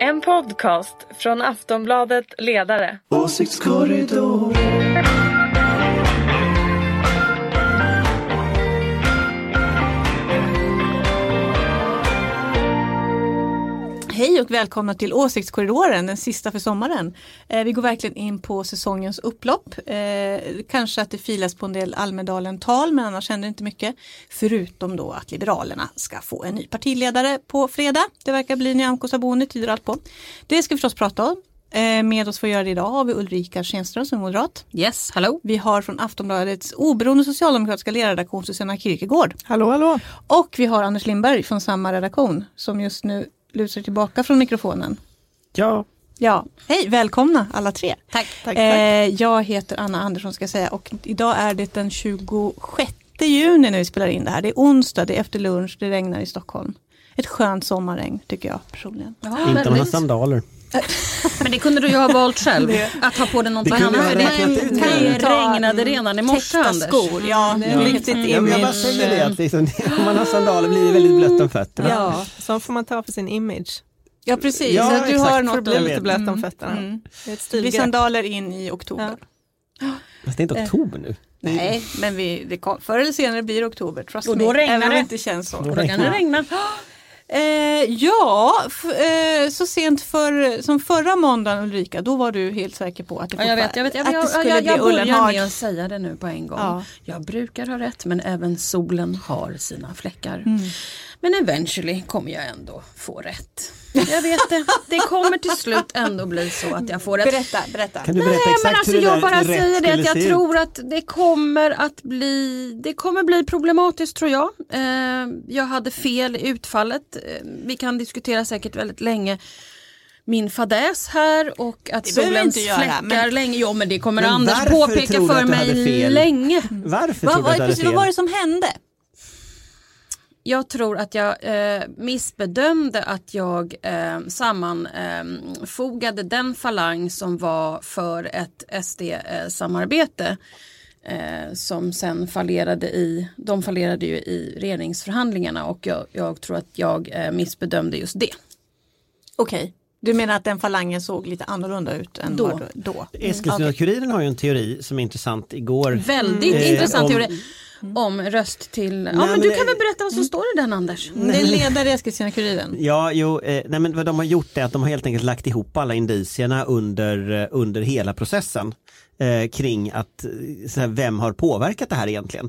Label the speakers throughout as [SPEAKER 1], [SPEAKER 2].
[SPEAKER 1] En podcast från Aftonbladet Ledare.
[SPEAKER 2] Åsiktskorridor.
[SPEAKER 3] Hej och välkomna till Åsiktskorridoren, den sista för sommaren. Vi går verkligen in på säsongens upplopp. Kanske att det filas på en del Almedalen-tal, men annars händer inte mycket. Förutom då att Liberalerna ska få en ny partiledare på fredag. Det verkar bli Nyamko Sabuni, tyder allt på. Det ska vi förstås prata om. Med oss för att göra det idag har vi Ulrika Schenström som moderat.
[SPEAKER 4] Yes, hallå.
[SPEAKER 3] Vi har från Aftonbladets oberoende socialdemokratiska ledarredaktion Susanna Kierkegaard.
[SPEAKER 5] Hallå, hallå.
[SPEAKER 3] Och vi har Anders Lindberg från samma redaktion som just nu lusar tillbaka från mikrofonen.
[SPEAKER 5] Ja.
[SPEAKER 3] Ja, hej, välkomna alla tre.
[SPEAKER 4] Tack.
[SPEAKER 3] Jag heter Anna Andersson ska jag säga och idag är det den 26 juni när vi spelar in det här. Det är onsdag, det är efter lunch, det regnar i Stockholm. Ett skönt sommarregn tycker jag personligen.
[SPEAKER 4] Ja,
[SPEAKER 5] Inte några sandaler.
[SPEAKER 4] Men det kunde du ju ha valt själv. Att ha på den något annat. Det regnade redan i morse, Anders.
[SPEAKER 3] Skor, ja. Det är riktigt image.
[SPEAKER 5] Jag bara säger det att liksom, om man har sandaler blir det väldigt blött om fötterna.
[SPEAKER 6] Ja, så får man ta för sin image.
[SPEAKER 3] Ja, precis.
[SPEAKER 5] Ja,
[SPEAKER 3] så att du har något
[SPEAKER 6] för att bli lite blött om fötterna. Det är ett
[SPEAKER 3] Vi
[SPEAKER 6] stilgrepp.
[SPEAKER 3] sandaler in i oktober.
[SPEAKER 6] Ja.
[SPEAKER 5] Fast det är inte oktober nu.
[SPEAKER 3] Nej, men förr eller senare blir det oktober. Trust
[SPEAKER 4] Och då
[SPEAKER 3] me.
[SPEAKER 4] regnar
[SPEAKER 3] Även om
[SPEAKER 4] det.
[SPEAKER 3] det inte känns så.
[SPEAKER 4] Och då kan det regna.
[SPEAKER 3] Så sent som förra måndagen Ulrika, då var du helt säker på att det,
[SPEAKER 4] Jag vet.
[SPEAKER 3] att det
[SPEAKER 4] Jag
[SPEAKER 3] skulle bli
[SPEAKER 4] börjar
[SPEAKER 3] Ullenhag.
[SPEAKER 4] med att säga det nu på en gång.
[SPEAKER 3] Ja.
[SPEAKER 4] Jag brukar ha rätt, men även solen har sina fläckar. Men eventually kommer jag ändå få rätt. Jag vet det. Det kommer till slut ändå bli så att jag får rätt.
[SPEAKER 3] Berätta.
[SPEAKER 5] Kan du berätta exakt hur det
[SPEAKER 4] jag
[SPEAKER 5] där
[SPEAKER 4] bara
[SPEAKER 5] rätt
[SPEAKER 4] säger det att
[SPEAKER 5] skulle
[SPEAKER 4] jag
[SPEAKER 5] se
[SPEAKER 4] tror
[SPEAKER 5] ut?
[SPEAKER 4] att det kommer bli problematiskt, tror jag. Jag hade fel i utfallet. Vi kan diskutera säkert väldigt länge min fadäs här och att
[SPEAKER 3] Det behöver vi
[SPEAKER 4] solens
[SPEAKER 3] inte göra,
[SPEAKER 4] fläckar
[SPEAKER 3] men-
[SPEAKER 4] länge. Jo, men det kommer
[SPEAKER 5] Men
[SPEAKER 4] Anders
[SPEAKER 5] varför
[SPEAKER 4] påpeka
[SPEAKER 5] tror du
[SPEAKER 4] för
[SPEAKER 5] att du hade
[SPEAKER 4] mig
[SPEAKER 5] fel?
[SPEAKER 4] länge.
[SPEAKER 5] Varför tror du att du hade
[SPEAKER 3] Vad
[SPEAKER 5] fel?
[SPEAKER 3] var det som hände?
[SPEAKER 4] Jag tror att jag missbedömde att jag sammanfogade den falang som var för ett SD-samarbete som sen fallerade ju i regeringsförhandlingarna och jag tror att jag missbedömde just det.
[SPEAKER 3] Okej. Du menar att den falangen såg lite annorlunda ut än
[SPEAKER 4] Då.
[SPEAKER 3] då?
[SPEAKER 5] Eskilstuna-Kuriren har ju en teori som är intressant igår.
[SPEAKER 4] Väldigt intressant teori om röst till... men du kan väl berätta vad som står i den, Anders?
[SPEAKER 3] Det är ledare i Eskilstuna-Kuriren.
[SPEAKER 5] Ja, nej, men vad de har gjort är att de har helt enkelt lagt ihop alla indicierna under hela processen kring att vem har påverkat det här egentligen.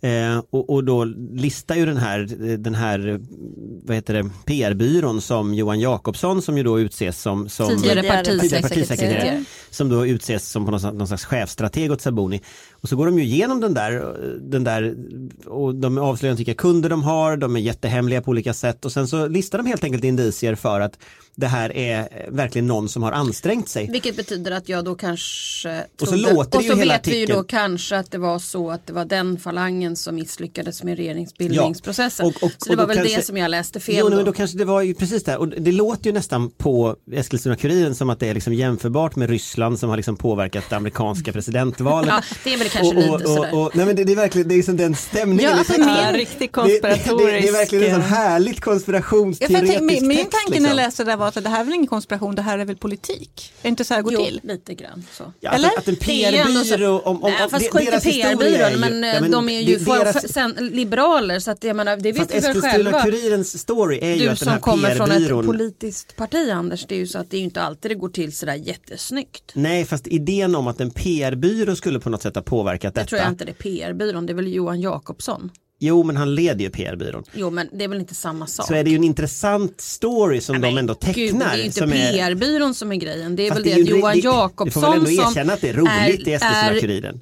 [SPEAKER 5] Och då listar ju den här vad heter det, PR-byrån som Johan Jakobsson som ju då utses som
[SPEAKER 4] Tidigare partisekreterare.
[SPEAKER 5] som då utses som på någon slags chefstrateg åt Sabuni. Och så går de ju igenom den där och de avslöjar vilka kunder de har, de är jättehemliga på olika sätt och sen så listar de helt enkelt indicier för att det här är verkligen någon som har ansträngt sig.
[SPEAKER 4] Vilket betyder att jag då kanske
[SPEAKER 5] Och så låter det ju
[SPEAKER 4] och så
[SPEAKER 5] hela
[SPEAKER 4] vet vi ju då
[SPEAKER 5] artikeln.
[SPEAKER 4] kanske att det var så att det var den falangen som misslyckades med regeringsbildningsprocessen.
[SPEAKER 5] Ja.
[SPEAKER 4] Så det var
[SPEAKER 5] då
[SPEAKER 4] väl
[SPEAKER 5] kanske,
[SPEAKER 4] det som jag läste fel
[SPEAKER 5] jo,
[SPEAKER 4] då.
[SPEAKER 5] men då kanske det var ju precis det. Och det låter ju nästan på Eskilstuna-Kuriren som att det är liksom jämförbart med Ryssland som har liksom påverkat det amerikanska presidentvalet.
[SPEAKER 4] Ja, det är väl kanske lite sådär.
[SPEAKER 5] Nej, men det är verkligen, det är liksom den stämningen.
[SPEAKER 3] Ja, alltså
[SPEAKER 6] Riktigt konspiratorisk.
[SPEAKER 5] Det är verkligen en sån härligt konspirationsteoretisk
[SPEAKER 3] Min
[SPEAKER 5] text.
[SPEAKER 3] tanke när jag läste det där var att det här är väl ingen konspiration, det här är väl politik. Är inte så här går till?
[SPEAKER 4] Lite grann så.
[SPEAKER 5] Ja,
[SPEAKER 3] Eller?
[SPEAKER 5] Att en
[SPEAKER 4] Det är ju ändå så-
[SPEAKER 5] PR-byrå
[SPEAKER 4] fast skit i
[SPEAKER 5] deras historia är ju-
[SPEAKER 4] PR-byrån, men
[SPEAKER 5] ja,
[SPEAKER 4] de är ju
[SPEAKER 5] deras-
[SPEAKER 4] sen liberaler så att jag menar, det
[SPEAKER 5] Fast
[SPEAKER 4] vet vi väl själva.
[SPEAKER 5] Eskilstuna-Kurirens story är ju
[SPEAKER 4] Du
[SPEAKER 5] att den här
[SPEAKER 4] som kommer från ett
[SPEAKER 5] PR-byrån...
[SPEAKER 4] politiskt parti, Anders, det är ju så att det är ju inte alltid det går till sådär jättesnyggt.
[SPEAKER 5] Nej, fast idén om att en PR-byrå skulle på något sätt ha påverkat
[SPEAKER 4] Det
[SPEAKER 5] detta.
[SPEAKER 4] tror jag inte det är PR-byrån, det är väl Johan Jakobsson.
[SPEAKER 5] Jo, men han leder ju PR-byrån.
[SPEAKER 4] Jo, men det är väl inte samma sak.
[SPEAKER 5] Så är det ju en intressant story som de ändå tecknar.
[SPEAKER 4] Gud, det är ju inte
[SPEAKER 5] som är...
[SPEAKER 4] PR-byrån som är grejen. Det är
[SPEAKER 5] Fast
[SPEAKER 4] väl det
[SPEAKER 5] är
[SPEAKER 4] att
[SPEAKER 5] ju-
[SPEAKER 4] Johan
[SPEAKER 5] Du får väl
[SPEAKER 4] Jakobsson
[SPEAKER 5] ändå
[SPEAKER 4] som
[SPEAKER 5] erkänna att det är roligt i Eskilstuna-Kuriren.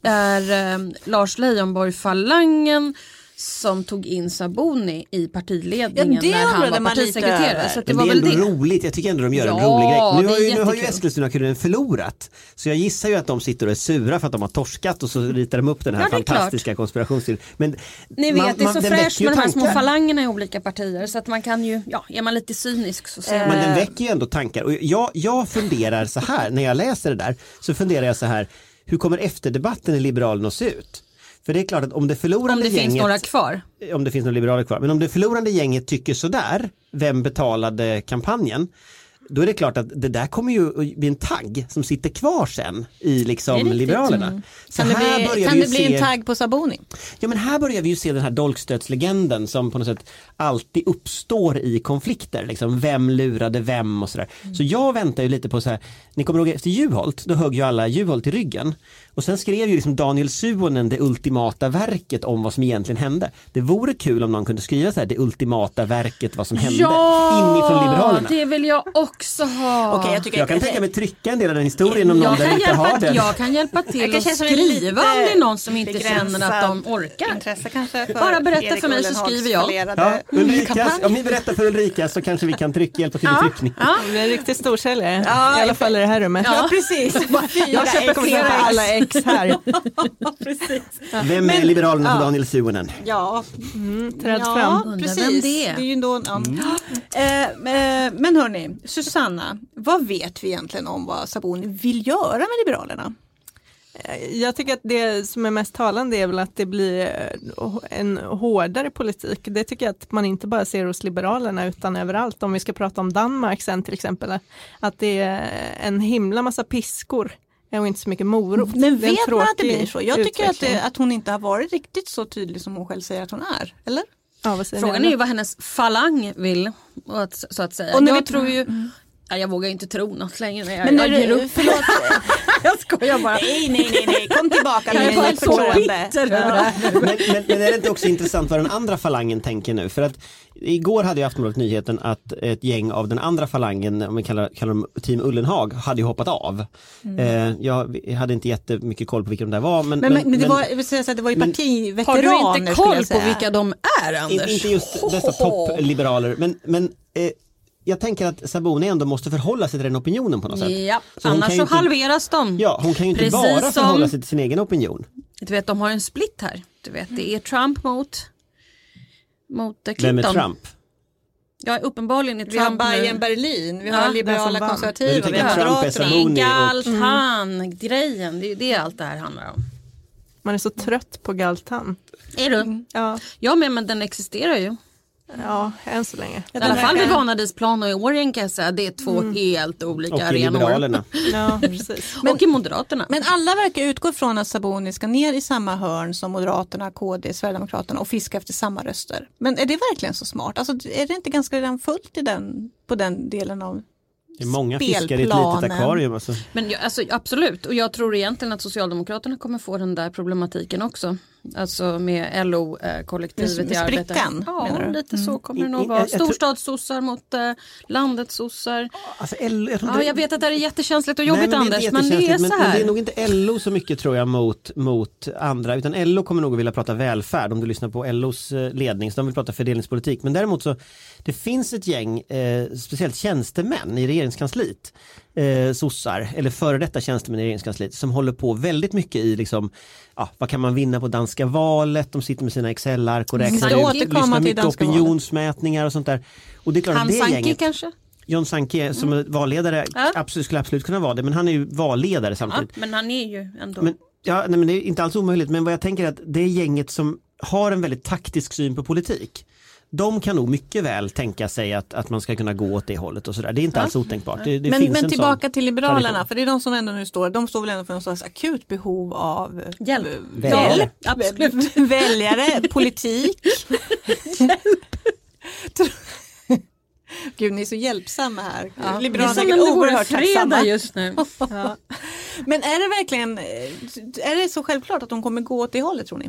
[SPEAKER 4] är Lars Leijonborg-falangen som tog in Sabuni i partiledningen
[SPEAKER 3] Ja, det
[SPEAKER 4] när han
[SPEAKER 3] undrade
[SPEAKER 4] var
[SPEAKER 3] man lite
[SPEAKER 4] partisekreterare.
[SPEAKER 3] över.
[SPEAKER 4] Så att det
[SPEAKER 5] Men
[SPEAKER 4] var
[SPEAKER 5] det är
[SPEAKER 4] väl
[SPEAKER 5] ändå
[SPEAKER 4] det.
[SPEAKER 5] roligt, jag tycker ändå de gör en
[SPEAKER 4] Ja,
[SPEAKER 5] rolig grej.
[SPEAKER 4] det är
[SPEAKER 5] Nu har ju
[SPEAKER 4] jättekul.
[SPEAKER 5] Eskilstuna-Kuriren förlorat. Så jag gissar ju att de sitter och är sura för att de har torskat och så ritar de upp den här
[SPEAKER 4] Ja, det är
[SPEAKER 5] fantastiska konspirationsteorin. Men
[SPEAKER 4] Ni vet, det är så
[SPEAKER 5] den
[SPEAKER 4] fräscht
[SPEAKER 5] väcker ju
[SPEAKER 4] med de här små
[SPEAKER 5] tankar.
[SPEAKER 4] falangerna i olika partier. Så att man kan ju, är man lite cynisk så ser
[SPEAKER 5] Men den väcker ju ändå tankar. Och jag funderar så här, när jag läser det där så funderar jag så här, hur kommer efterdebatten i Liberalerna att se ut? För det är klart att om det förlorande
[SPEAKER 4] om det
[SPEAKER 5] gänget...
[SPEAKER 4] finns några kvar.
[SPEAKER 5] Om det finns några liberaler kvar. Men om det förlorande gänget tycker sådär, vem betalade kampanjen? då är det klart att det där kommer ju bli en tagg som sitter kvar sen i liksom Liberalerna. Så
[SPEAKER 3] kan det bli en tagg på Sabuni?
[SPEAKER 5] Ja, men här börjar vi ju se den här dolkstötslegenden som på något sätt alltid uppstår i konflikter. Liksom, vem lurade vem och sådär. Så jag väntar ju lite på så här, ni kommer ihåg efter Juholt, då högg ju alla Juholt i ryggen. Och sen skrev ju liksom Daniel Suhonen det ultimata verket om vad som egentligen hände. Det vore kul om någon kunde skriva så här, det ultimata verket, vad som hände inifrån Liberalerna.
[SPEAKER 4] Det vill jag också ha.
[SPEAKER 3] Okej,
[SPEAKER 5] jag kan tänka mig trycka en del av den historien om någon där inte har den.
[SPEAKER 4] Jag kan hjälpa till att skriva om det är någon som inte känner att de orkar.
[SPEAKER 3] Intresse kanske för
[SPEAKER 4] bara berätta
[SPEAKER 3] Erik
[SPEAKER 4] för mig så skriver jag.
[SPEAKER 5] Ja, Ulrika, om ni berättar för Ulrika så kanske vi kan hjälpa till i tryckning.
[SPEAKER 6] Ja. Det är en riktigt storsäljare, i alla fall i det här rummet.
[SPEAKER 3] Ja, precis.
[SPEAKER 6] Jag köper flera alla ex här.
[SPEAKER 3] Precis.
[SPEAKER 5] Vem är Liberalerna för Daniel Suhonen?
[SPEAKER 3] Ja,
[SPEAKER 6] träd fram.
[SPEAKER 3] precis.
[SPEAKER 4] Vem det är.
[SPEAKER 3] Det är ju ändå, men hörni, Susanna, vad vet vi egentligen om vad Sabuni vill göra med Liberalerna?
[SPEAKER 6] Jag tycker att det som är mest talande är väl att det blir en hårdare politik. Det tycker jag att man inte bara ser hos Liberalerna utan överallt. Om vi ska prata om Danmark sen till exempel. Att det är en himla massa piskor och inte så mycket morot.
[SPEAKER 3] Men vet man att det blir så? Jag tycker
[SPEAKER 6] utveckling.
[SPEAKER 3] att hon inte har varit riktigt så tydlig som hon själv säger att hon är, eller?
[SPEAKER 6] Ja, vad säger
[SPEAKER 4] Frågan
[SPEAKER 6] ni?
[SPEAKER 4] är ju vad hennes falang vill, så att säga.
[SPEAKER 3] Och när
[SPEAKER 4] jag tror ju... Ja, jag vågar inte tro något längre.
[SPEAKER 3] Men när du, förlåt.
[SPEAKER 4] Jag skojar bara.
[SPEAKER 3] Nej. Kom tillbaka
[SPEAKER 4] Jag är
[SPEAKER 3] med
[SPEAKER 4] bara så bitter över det här.
[SPEAKER 5] Men är det inte också intressant vad den andra falangen tänker nu? För att igår hade ju Aftonbladet nyheten att ett gäng av den andra falangen, om vi kallar dem Team Ullenhag, hade ju hoppat av. Jag hade inte jättemycket koll på vilka de där var. Men
[SPEAKER 3] det var ju partiveteraner.
[SPEAKER 4] Har du inte koll på vilka de är, Anders?
[SPEAKER 5] Inte just dessa toppliberaler. Men jag tänker att Sabuni ändå måste förhålla sig till den opinionen på något sätt.
[SPEAKER 4] Ja, annars så halveras de.
[SPEAKER 5] Ja, hon kan ju inte bara förhålla sig till sin egen opinion.
[SPEAKER 4] Du vet, de har en split här. Du vet, det är Trump mot Clinton.
[SPEAKER 5] Vem är Trump?
[SPEAKER 4] Ja, uppenbarligen är Trump.
[SPEAKER 3] Vi har Bayern-Berlin, vi har liberala konservativa, vi har
[SPEAKER 5] Trump är Sabuni
[SPEAKER 4] Galtan-grejen, det är ju det allt det här handlar om.
[SPEAKER 6] Man är så trött på Galtan.
[SPEAKER 4] Är du?
[SPEAKER 6] Ja.
[SPEAKER 4] Ja, men den existerar ju.
[SPEAKER 6] Ja, än så länge.
[SPEAKER 4] I alla fall vid Vanadisplan och i Årjäng kan jag säga, det är två helt olika
[SPEAKER 5] och
[SPEAKER 4] arenor.
[SPEAKER 5] Och Liberalerna.
[SPEAKER 6] Ja, precis.
[SPEAKER 4] Och i Moderaterna.
[SPEAKER 3] Men alla verkar utgå från att Sabuni ska ner i samma hörn som Moderaterna, KD, Sverigedemokraterna och fiska efter samma röster. Men är det verkligen så smart? Alltså, är det inte ganska redan fullt på den delen av
[SPEAKER 5] det är många fiskar i ett litet akvarium. Alltså.
[SPEAKER 4] Men absolut, och jag tror egentligen att Socialdemokraterna kommer få den där problematiken också. Alltså med LO-kollektivet i arbetet.
[SPEAKER 3] Sprickan,
[SPEAKER 4] ja, lite så kommer det nog vara. Storstadssossar mot landets sossar.
[SPEAKER 5] Alltså,
[SPEAKER 4] jag vet att det är jättekänsligt och jobbigt, Anders, men det är så här.
[SPEAKER 5] Men det är nog inte LO så mycket, tror jag, mot andra, utan LO kommer nog att vilja prata välfärd om du lyssnar på LOs ledning, så de vill prata fördelningspolitik. Men däremot så, det finns ett gäng, speciellt tjänstemän i regeringskansliet, sossar, eller före detta tjänstemän i regeringskansliet, som håller på väldigt mycket i liksom, vad kan man vinna på danska valet, de sitter med sina Excel-ark och räknar ut, lyssnar mycket opinionsmätningar och sånt där. Och det är klart att det gänget,
[SPEAKER 4] kanske?
[SPEAKER 5] John Sanke som är valledare skulle absolut kunna vara det, men han är ju valledare samtidigt.
[SPEAKER 4] Ja, men han är ju ändå...
[SPEAKER 5] Men det är inte alls omöjligt, men vad jag tänker är att det är gänget som har en väldigt taktisk syn på politik. De kan nog mycket väl tänka sig att man ska kunna gå åt det hållet och sådär. Det är inte alls otänkbart. Det
[SPEAKER 3] men tillbaka till Liberalerna, för det är de som ändå nu står, de står väl ändå för någon slags akut behov av
[SPEAKER 4] hjälp.
[SPEAKER 3] Absolut. Väljare, politik. Gud, ni är så hjälpsamma här. Ja. Liberalerna är oerhört tacksamma
[SPEAKER 4] just nu.
[SPEAKER 3] Ja. Men är det verkligen, är det så självklart att de kommer gå åt det hållet, tror ni?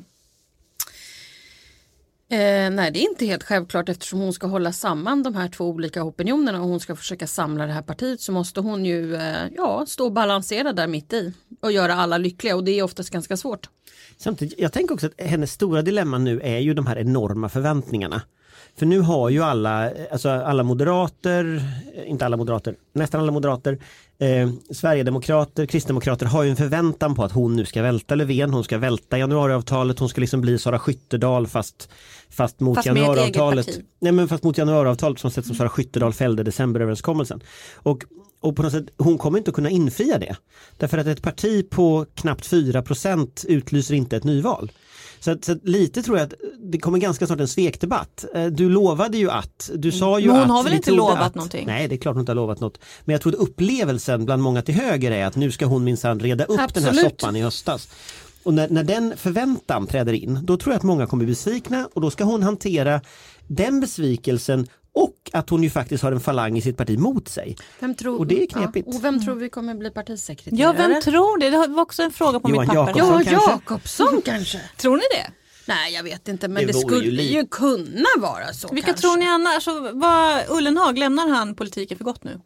[SPEAKER 4] Nej, det är inte helt självklart, eftersom hon ska hålla samman de här två olika opinionerna och hon ska försöka samla det här partiet, så måste hon ju stå och balansera där mitt i och göra alla lyckliga, och det är oftast ganska svårt.
[SPEAKER 5] Samtidigt, jag tänker också att hennes stora dilemma nu är ju de här enorma förväntningarna. För nu har ju alla moderater, inte alla moderater, nästan alla moderater, Sverigedemokrater, kristdemokrater har ju en förväntan på att hon nu ska välta Löfven, hon ska välta januariavtalet, hon ska liksom bli Sara Skyttedal fast mot januariavtalet. Nej, men fast mot januariavtalet som sett som Sara Skyttedal fällde decemberöverenskommelsen. Och Och på något sätt, hon kommer inte att kunna infria det. Därför att ett parti på knappt 4% utlyser inte ett nyval. Så lite tror jag att det kommer ganska snart en svekdebatt. Du lovade ju att, du sa ju
[SPEAKER 3] men hon
[SPEAKER 5] att...
[SPEAKER 3] har väl inte lovat någonting?
[SPEAKER 5] Nej, det är klart hon inte har lovat något. Men jag tror att upplevelsen bland många till höger är att nu ska hon minsann reda upp den här soppan i höstas. Och när den förväntan träder in, då tror jag att många kommer bli besvikna och då ska hon hantera den besvikelsen och att hon ju faktiskt har en falang i sitt parti mot sig. Och det är knepigt.
[SPEAKER 4] Och vem tror vi kommer bli partisekreterare?
[SPEAKER 3] Ja, vem tror det? Det var också en fråga på
[SPEAKER 5] Johan
[SPEAKER 3] mitt papper.
[SPEAKER 4] Jakobsson kanske.
[SPEAKER 3] Tror ni det?
[SPEAKER 4] Nej, jag vet inte, men det skulle ju kunna vara så.
[SPEAKER 3] Vilka
[SPEAKER 4] kanske.
[SPEAKER 3] tror ni annars? Ullenhag, lämnar han politiken för gott nu?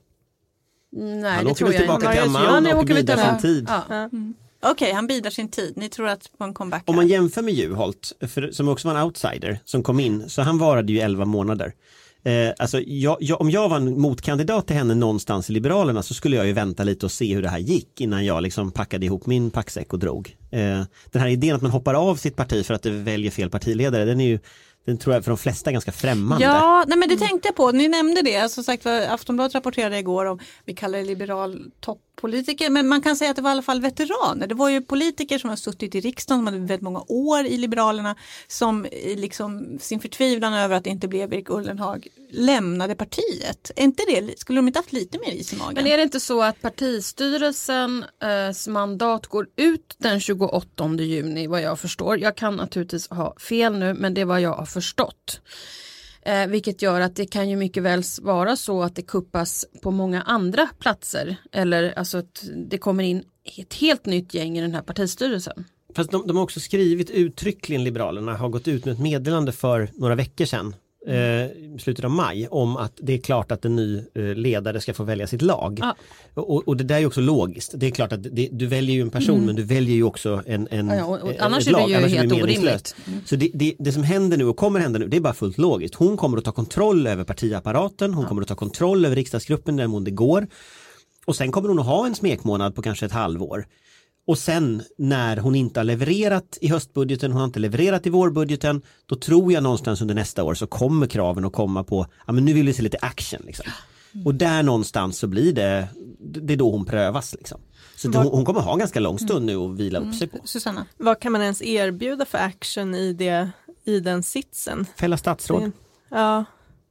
[SPEAKER 4] Nej,
[SPEAKER 5] han
[SPEAKER 4] det
[SPEAKER 5] åker
[SPEAKER 4] tror
[SPEAKER 5] väl
[SPEAKER 4] jag
[SPEAKER 5] tillbaka
[SPEAKER 4] inte.
[SPEAKER 5] till Amman och bidrar sin tid.
[SPEAKER 4] Ja.
[SPEAKER 3] Okej, han bidrar sin tid. Ni tror att på en comeback?
[SPEAKER 5] Om man jämför med Juholt, som också var en outsider som kom in, så han varade ju 11 månader. Alltså om jag var en motkandidat till henne någonstans i Liberalerna så skulle jag ju vänta lite och se hur det här gick innan jag liksom packade ihop min packsäck och drog. Den här idén att man hoppar av sitt parti för att det väljer fel partiledare, den tror jag för de flesta är ganska främmande.
[SPEAKER 3] Ja, nej men det tänkte jag på. Ni nämnde det. Alltså, sagt, Aftonbladet rapporterade igår om, vi kallar det liberal toppolitiker, men man kan säga att det var i alla fall veteraner. Det var ju politiker som har suttit i riksdagen, som hade väldigt många år i Liberalerna, som liksom sin förtvivlan över att det inte blev Erik Ullenhag lämnade partiet. Är inte det, skulle de inte haft lite mer is i magen?
[SPEAKER 4] Men är det inte så att partistyrelsens mandat går ut den 28 juni, vad jag förstår? Jag kan naturligtvis ha fel nu, men det är vad jag har förstått. Vilket gör att det kan ju mycket väl vara så att det kuppas på många andra platser. Eller alltså att det kommer in ett helt nytt gäng i den här partistyrelsen.
[SPEAKER 5] Fast de har också skrivit uttryckligen, Liberalerna har gått ut med ett meddelande för några veckor sedan. Slutet av maj om att det är klart att en ny ledare ska få välja sitt lag.
[SPEAKER 4] Ja.
[SPEAKER 5] Och det där är också logiskt. Det är klart att du väljer ju en person men du väljer ju också
[SPEAKER 4] annars
[SPEAKER 5] ett lag.
[SPEAKER 4] Är det ju
[SPEAKER 5] annars
[SPEAKER 4] helt
[SPEAKER 5] är det
[SPEAKER 4] orimligt.
[SPEAKER 5] Så det som händer nu och kommer hända nu, det är bara fullt logiskt. Hon kommer att ta kontroll över partiapparaten, hon kommer att ta kontroll över riksdagsgruppen där det går. Och sen kommer hon att ha en smekmånad på kanske ett halvår. Och sen när hon inte har levererat i höstbudgeten, hon har inte levererat i vårbudgeten, då tror jag någonstans under nästa år så kommer kraven att komma på, ja men nu vill vi se lite action liksom. Och där någonstans så blir det är då hon prövas liksom. Så hon kommer ha en ganska lång stund nu att vila upp sig på.
[SPEAKER 3] Susanna?
[SPEAKER 6] Vad kan man ens erbjuda för action i den sitsen?
[SPEAKER 5] Fälla statsråd.
[SPEAKER 6] Ja.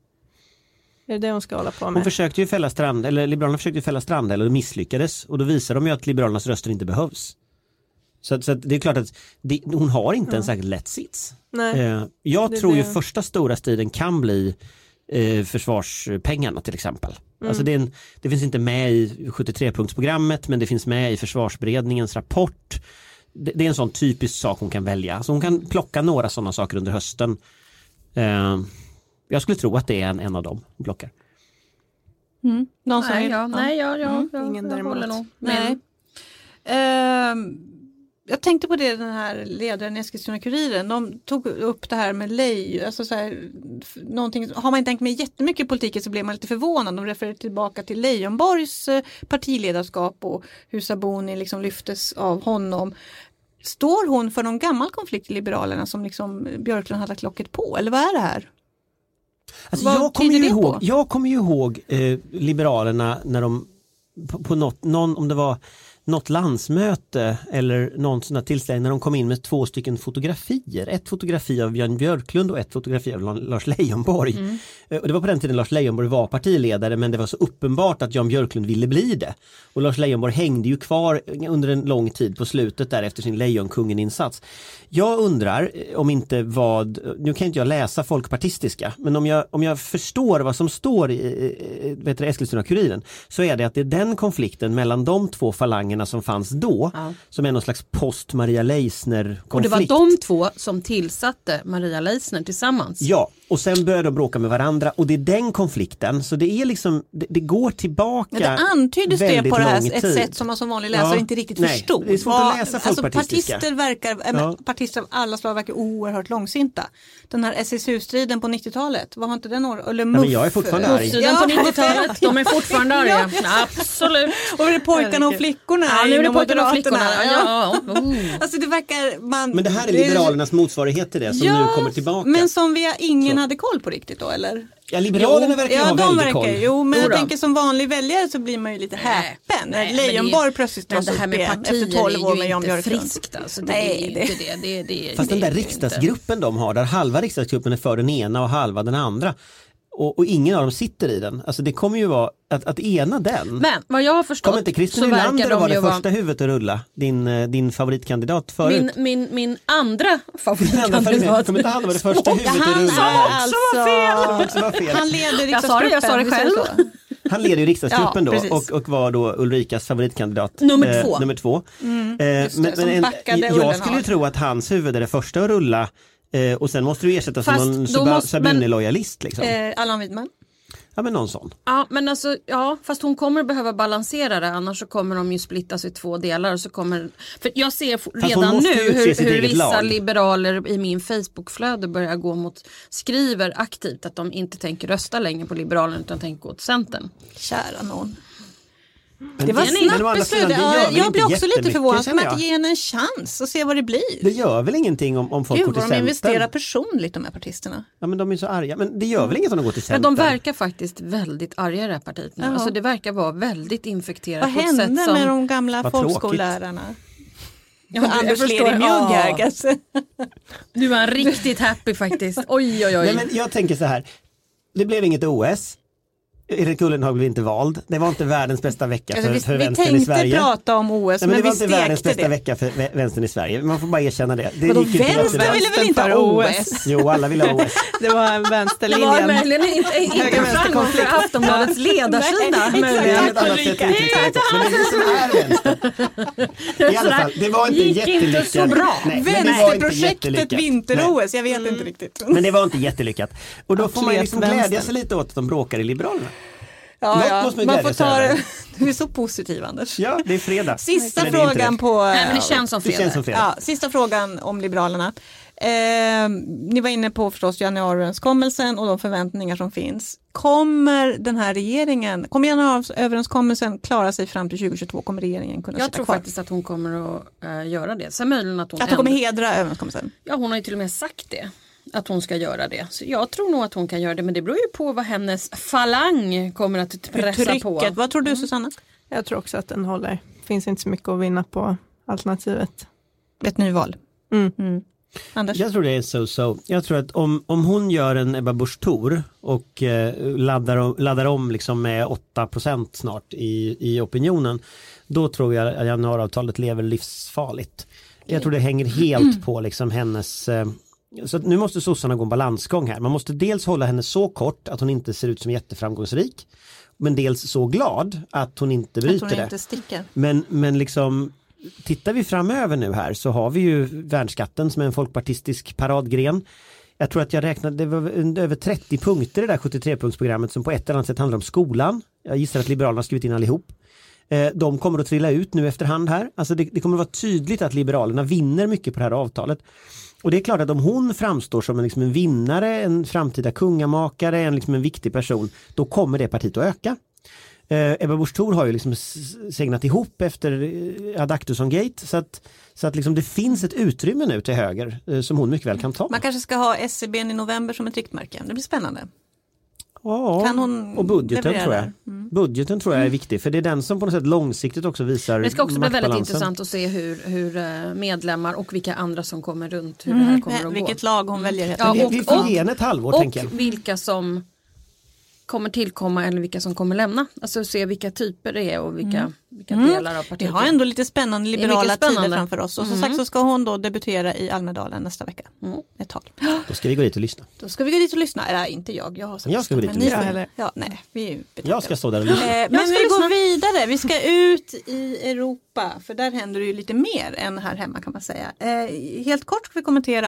[SPEAKER 6] Är det hon ska hålla på med?
[SPEAKER 5] Hon försökte ju fälla Liberalerna försökte ju fälla Strandhäll och misslyckades. Och då visar de ju att Liberalernas röster inte behövs. Så det är klart att hon har inte en särskilt lätt sits.
[SPEAKER 6] Nej,
[SPEAKER 5] jag tror ju första stora striden kan bli försvarspengarna till exempel. Alltså det finns inte med i 73-punktsprogrammet, men det finns med i försvarsberedningens rapport. Det är en sån typisk sak hon kan välja. Så hon kan plocka några sådana saker under hösten. Jag skulle tro att det är en av dem hon plockar.
[SPEAKER 6] Ingen däremot.
[SPEAKER 3] Nej. Jag tänkte på det, den här ledaren i Eskilstuna-Kuriren, de tog upp det här med alltså så här, någonting, har man inte tänkt med jättemycket i politiken så blir man lite förvånad. De refererar tillbaka till Leijonborgs partiledarskap och hur Sabuni liksom lyftes av honom. Står hon för någon gammal konflikt i Liberalerna som liksom Björklund hade locket på, eller vad är det här?
[SPEAKER 5] Alltså jag kommer ju ihåg Liberalerna när de på om det var något landsmöte eller någon sån här tillställning när de kom in med 2 stycken fotografier. Ett fotografi av Jan Björklund och ett fotografi av Lars Leijonborg. Och det var på den tiden Lars Leijonborg var partiledare, men det var så uppenbart att Jan Björklund ville bli det. Och Lars Leijonborg hängde ju kvar under en lång tid på slutet där efter sin Lejonkungen-insats. Jag undrar om inte nu kan inte jag läsa folkpartistiska, men om jag förstår vad som står i Eskilstuna-Kuriren så är det att det är den konflikten mellan de två falangerna som fanns då som är någon slags post-Maria Leissner-konflikt.
[SPEAKER 4] Och det var de två som tillsatte Maria Leissner tillsammans.
[SPEAKER 5] Ja, och sen började de bråka med varandra och det är den konflikten, så det är liksom, det går tillbaka.
[SPEAKER 3] Men det antyddes det på det här ett
[SPEAKER 5] tid.
[SPEAKER 3] Sätt som man som vanlig läsare inte riktigt förstod.
[SPEAKER 5] Det är svårt att läsa folkpartistiska.
[SPEAKER 3] Alltså partister av alla slag verkar oerhört långsinta. Den här SSU-striden på 90-talet, var inte den eller
[SPEAKER 5] men jag är fortfarande arg.
[SPEAKER 4] Striden på 90-talet, de är fortfarande arga. Absolut.
[SPEAKER 3] Och är det pojkarna och flickorna?
[SPEAKER 4] Ja, nu är det pojkarna och flickorna.
[SPEAKER 3] Alltså det verkar
[SPEAKER 5] Men det här är Liberalernas motsvarighet till det som nu kommer tillbaka.
[SPEAKER 3] Men som vi har ingen hade koll på riktigt då, eller?
[SPEAKER 5] Ja, Liberalerna verkar ha väldigt koll.
[SPEAKER 3] Jo, men jag tänker som vanlig väljare så blir man ju lite häpen. Leijonborg plötsligt dras upp efter 12 år med Jan Björklund.
[SPEAKER 4] Friskt, alltså. Det är inte det.
[SPEAKER 5] Fast den där riksdagsgruppen de har, där halva riksdagsgruppen är för den ena och halva den andra. Och ingen av dem sitter i den. Alltså det kommer ju vara att ena den.
[SPEAKER 4] Men vad jag har förstått
[SPEAKER 5] kommer inte Kristin Nylander vara det första huvudet att rulla? Din favoritkandidat förut.
[SPEAKER 4] Min andra favoritkandidat.
[SPEAKER 5] Kommer inte han vara det första huvudet att rulla?
[SPEAKER 3] Han leder riksdagsgruppen.
[SPEAKER 4] Jag sa det själv.
[SPEAKER 5] Han leder ju riksdagsgruppen då och var då Ulrikas favoritkandidat.
[SPEAKER 4] Nummer
[SPEAKER 5] 2. Jag skulle ju tro att hans huvud är det första att rulla. Och sen måste du ersätta som någon Sabuni-lojalist liksom.
[SPEAKER 3] Allan Widman.
[SPEAKER 5] Ja, men någon sån.
[SPEAKER 4] Ja, men alltså, fast hon kommer behöva balansera det, annars så kommer de ju splittas i 2 delar. Och så kommer, för jag ser redan nu hur vissa liberaler i min Facebookflöde börjar skriver aktivt att de inte tänker rösta längre på Liberalerna utan tänker gå till Centern.
[SPEAKER 3] Kära någon.
[SPEAKER 5] Men
[SPEAKER 3] det var snabbt beslut. Jag blir också lite förvånad. Ska man inte ge en chans och se vad det blir?
[SPEAKER 5] Det gör väl ingenting om folk går till Centern.
[SPEAKER 3] De investerar personligt, de här partisterna.
[SPEAKER 5] Ja, men de är så arga. Men det gör väl inget om de går till Centern.
[SPEAKER 4] Men de verkar faktiskt väldigt arga i det här partiet nu. Alltså det verkar vara väldigt infekterat.
[SPEAKER 3] Vad hände med de gamla folkskollärarna? Anders Lermjugg.
[SPEAKER 4] Du var riktigt happy faktiskt. Oj.
[SPEAKER 5] Nej, men jag tänker så här. Det blev inget OS. Erik Ullenhag blev inte vald. Det var inte världens bästa vecka för vänstern i Sverige.
[SPEAKER 3] Vi tänkte prata om OS, men
[SPEAKER 5] det
[SPEAKER 3] vi
[SPEAKER 5] var inte världens bästa
[SPEAKER 3] det.
[SPEAKER 5] vänster för vänstern i Sverige. Man får bara erkänna det.
[SPEAKER 3] Vadå, vänstern ville väl inte ha OS?
[SPEAKER 5] Jo, alla ville ha OS.
[SPEAKER 6] Det var vänsterlinjen.
[SPEAKER 4] Det var möjligen inte framgång för Aftonbladets ledarsida.
[SPEAKER 5] Det är ett annat sätt att uttrycka det. Men det är som är vänster. I alla fall, det var inte jättelyckat.
[SPEAKER 4] Så bra.
[SPEAKER 3] Vänsterprojektet vinter-OS, jag vet inte riktigt.
[SPEAKER 5] Men det var inte jättelyckat. Och då får man liksom glädja sig lite åt att de bråkar i Liberalerna.
[SPEAKER 3] Ja. Man får ta det. Du är så positiv, Anders.
[SPEAKER 5] Ja, det är fredag.
[SPEAKER 3] Sista frågan på...
[SPEAKER 4] Nej, men det känns som fredag.
[SPEAKER 3] Ja, sista frågan om Liberalerna. Ni var inne på förstås januariöverenskommelsen och de förväntningar som finns. Kommer den här regeringen, kommer januariöverenskommelsen klara sig fram till 2022? Kommer regeringen kunna sitta kvar?
[SPEAKER 4] Jag tror faktiskt att hon kommer att göra det. Så möjligen att hon
[SPEAKER 3] kommer hedra överenskommelsen?
[SPEAKER 4] Ja, hon har ju till och med sagt det. Att hon ska göra det. Så jag tror nog att hon kan göra det. Men det beror ju på vad hennes falang kommer att pressa på.
[SPEAKER 3] Vad tror du, Susanna?
[SPEAKER 6] Jag tror också att den håller. Det finns inte så mycket att vinna på alternativet.
[SPEAKER 3] Ett nyval. Anders?
[SPEAKER 5] Jag tror det är så. Jag tror att om hon gör en Ebba Busch Thor och laddar om liksom med 8% snart i opinionen, då tror jag att januariavtalet lever livsfarligt. Jag tror det hänger helt på liksom hennes... Så nu måste sossarna gå en balansgång här. Man måste dels hålla henne så kort att hon inte ser ut som jätteframgångsrik. Men dels så glad att hon inte bryter det.
[SPEAKER 3] Inte sticker.
[SPEAKER 5] Men liksom, tittar vi framöver nu här så har vi ju värnskatten som är en folkpartistisk paradgren. Jag tror att jag räknade, det var över 30 punkter i det där 73-punktsprogrammet som på ett eller annat sätt handlar om skolan. Jag gissar att Liberalerna har skrivit in allihop. De kommer att trilla ut nu efterhand här. Alltså det kommer att vara tydligt att Liberalerna vinner mycket på det här avtalet. Och det är klart att om hon framstår som en vinnare, en framtida kungamakare, en viktig person, då kommer det partiet att öka. Ebba Busch Thor har ju liksom segnat ihop efter Adaktusson-gate så att liksom det finns ett utrymme nu till höger som hon mycket väl kan ta.
[SPEAKER 3] Man kanske ska ha SCB i november som ett riktmärke. Det blir spännande.
[SPEAKER 5] Ja,
[SPEAKER 3] kan hon
[SPEAKER 5] och budgeten tror jag. Budgeten tror jag är viktig för det är den som på något sätt långsiktigt också visar.
[SPEAKER 4] Det ska också bli väldigt intressant att se hur medlemmar och vilka andra som kommer runt hur det här kommer att gå.
[SPEAKER 3] Vilket lag hon väljer.
[SPEAKER 5] Ja, vi får ge ett halvår tänker jag.
[SPEAKER 4] Och vilka som kommer tillkomma eller vilka som kommer lämna. Alltså se vilka typer det är och vilka delar av partiet.
[SPEAKER 3] Vi har ändå lite spännande liberala tider framför oss. Och som sagt så ska hon då debutera i Almedalen nästa vecka. Ett tag.
[SPEAKER 5] Då ska vi gå dit och lyssna.
[SPEAKER 3] Eller inte jag. Jag
[SPEAKER 5] ska gå dit och lyssna. Jag ska stå där och lyssna.
[SPEAKER 3] Men vi går vidare. Vi ska ut i Europa. För där händer det ju lite mer än här hemma kan man säga. Helt kort ska vi kommentera.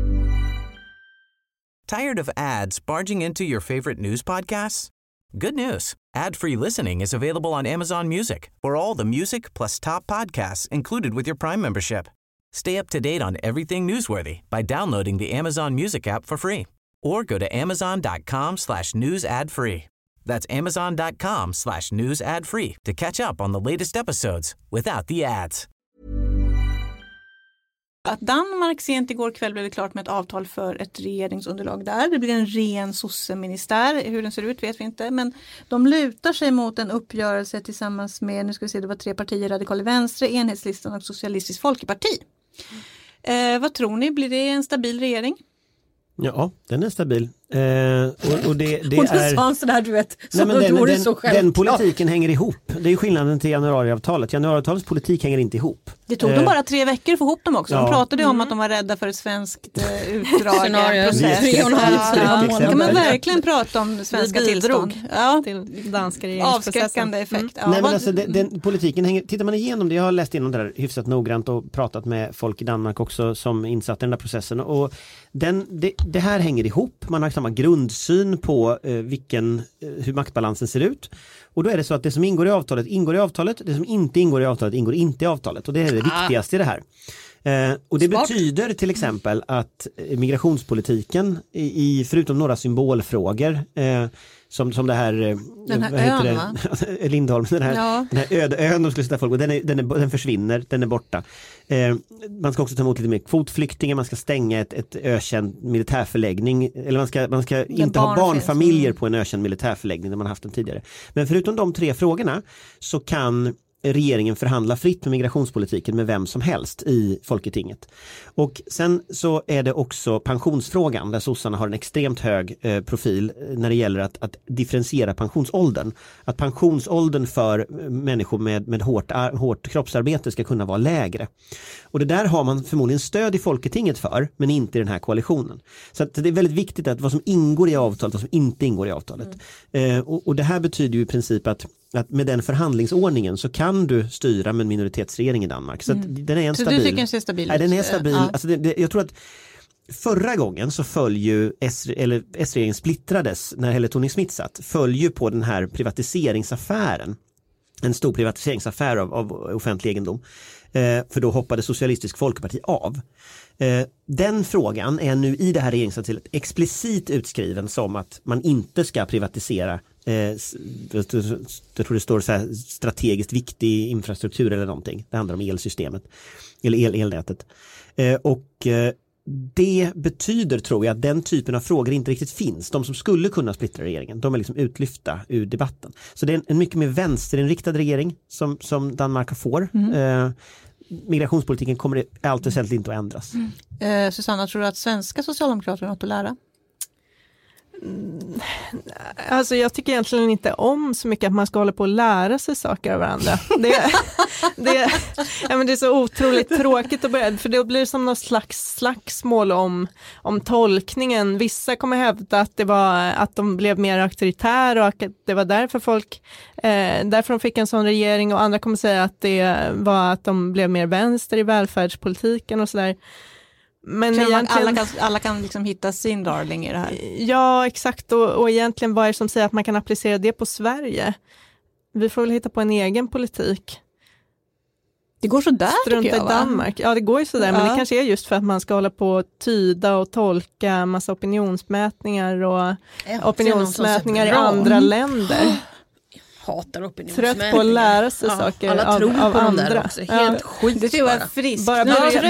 [SPEAKER 7] Tired of ads barging into your favorite news podcasts? Good news. Ad-free listening is available on Amazon Music for all the music plus top podcasts included with your Prime membership. Stay up to date on everything newsworthy by downloading the Amazon Music app for free or go to amazon.com/news ad free. That's amazon.com/news ad free to catch up on the latest episodes without the ads.
[SPEAKER 3] att Danmark sent igår kväll blev det klart med ett avtal för ett regeringsunderlag där. Det blir en ren sosseministär. Hur den ser ut vet vi inte. Men de lutar sig mot en uppgörelse tillsammans med, nu ska vi se, det var 3 partier, Radikal Venstre, Enhetslistan och Socialistisk Folkeparti. Vad tror ni? Blir det en stabil regering?
[SPEAKER 5] Ja, den är stabil. Och det
[SPEAKER 4] är... sa sådär, du vet.
[SPEAKER 5] Den politiken hänger ihop. Det är skillnaden till januariavtalet. Januariavtalets politik hänger inte ihop.
[SPEAKER 3] Det tog dem bara 3 veckor att få ihop dem också. De pratade om att de var rädda för ett svenskt utdrag. Kan man verkligen prata om svenska tillstånd?
[SPEAKER 6] Ja. Till danska regeringsprocessen.
[SPEAKER 3] Avskräckande effekt.
[SPEAKER 5] Nej, men alltså, den politiken hänger, tittar man igenom det, jag har läst igenom det där hyfsat noggrant och pratat med folk i Danmark också som insatt i den där processen, och det här hänger ihop. Man har samma grundsyn på hur maktbalansen ser ut. Och då är det så att det som ingår i avtalet, det som inte ingår inte i avtalet. Och det är det viktigaste i det här. Och det betyder till exempel att migrationspolitiken förutom några symbolfrågor som det här,
[SPEAKER 3] den här ön, va?
[SPEAKER 5] Lindholm, den här öde ön de skulle sätta folk, och den försvinner, den är borta. Man ska också ta emot lite mer kvotflyktingar, man ska stänga ett ökänd militärförläggning, eller man ska inte ha barnfamiljer på en ökänd militärförläggning där man haft den tidigare. Men förutom de 3 frågorna så kan regeringen förhandla fritt med migrationspolitiken med vem som helst i Folketinget. Och sen så är det också pensionsfrågan där sossarna har en extremt hög profil när det gäller att differentiera pensionsåldern. Att pensionsåldern för människor med hårt kroppsarbete ska kunna vara lägre. Och det där har man förmodligen stöd i Folketinget för, men inte i den här koalitionen. Så att det är väldigt viktigt att vad som ingår i avtalet och vad som inte ingår i avtalet. Och det här betyder ju i princip att med den förhandlingsordningen så kan du styra med en minoritetsregering i Danmark. Så att den är stabil.
[SPEAKER 3] Så du tycker den ser stabil ut?
[SPEAKER 5] Nej, den är stabil. Ja. Alltså jag tror att förra gången så föll ju S-regeringen splittrades när Helle Thorning-Schmidt satt. Föll ju på den här privatiseringsaffären. En stor privatiseringsaffär av offentlig egendom. För då hoppade Socialistisk Folkeparti av. Den frågan är nu i det här regeringsavtalet explicit utskriven som att man inte ska privatisera jag tror det står så här, strategiskt viktig infrastruktur eller någonting. Det handlar om elsystemet eller elnätet. Det betyder, tror jag, att den typen av frågor inte riktigt finns. De som skulle kunna splittra regeringen, de är liksom utlyfta ur debatten. Så det är en mycket mer vänsterinriktad regering som Danmark får. Migrationspolitiken kommer allt väsentligt inte att ändras.
[SPEAKER 3] Susanna, tror du att svenska socialdemokrater har något att lära?
[SPEAKER 6] Alltså jag tycker egentligen inte om så mycket att man ska hålla på och lära sig saker av varandra. Det är så otroligt tråkigt att börja, för det blir som någon slagsmål om tolkningen. Vissa kommer hävda att det var att de blev mer auktoritära och att det var därför de fick en sån regering, och andra kommer säga att det var att de blev mer vänster i välfärdspolitiken och sådär. Men
[SPEAKER 3] alla kan liksom hitta sin darling i det här.
[SPEAKER 6] Ja, exakt. Och egentligen vad är det som säger att man kan applicera det på Sverige? Vi får väl hitta på en egen politik.
[SPEAKER 3] Det går så där
[SPEAKER 6] tycker jag, va? I Danmark. Ja, det går ju så där, men det kanske är just för att man ska hålla på och tyda och tolka massa opinionsmätningar och opinionsmätningar i andra länder.
[SPEAKER 4] Hatar opinionsmätningar.
[SPEAKER 6] Trött på att lära sig saker
[SPEAKER 4] alla tror
[SPEAKER 6] av
[SPEAKER 4] på
[SPEAKER 6] andra.
[SPEAKER 4] Där också. Helt skit.
[SPEAKER 3] Det var friskt.
[SPEAKER 6] Bara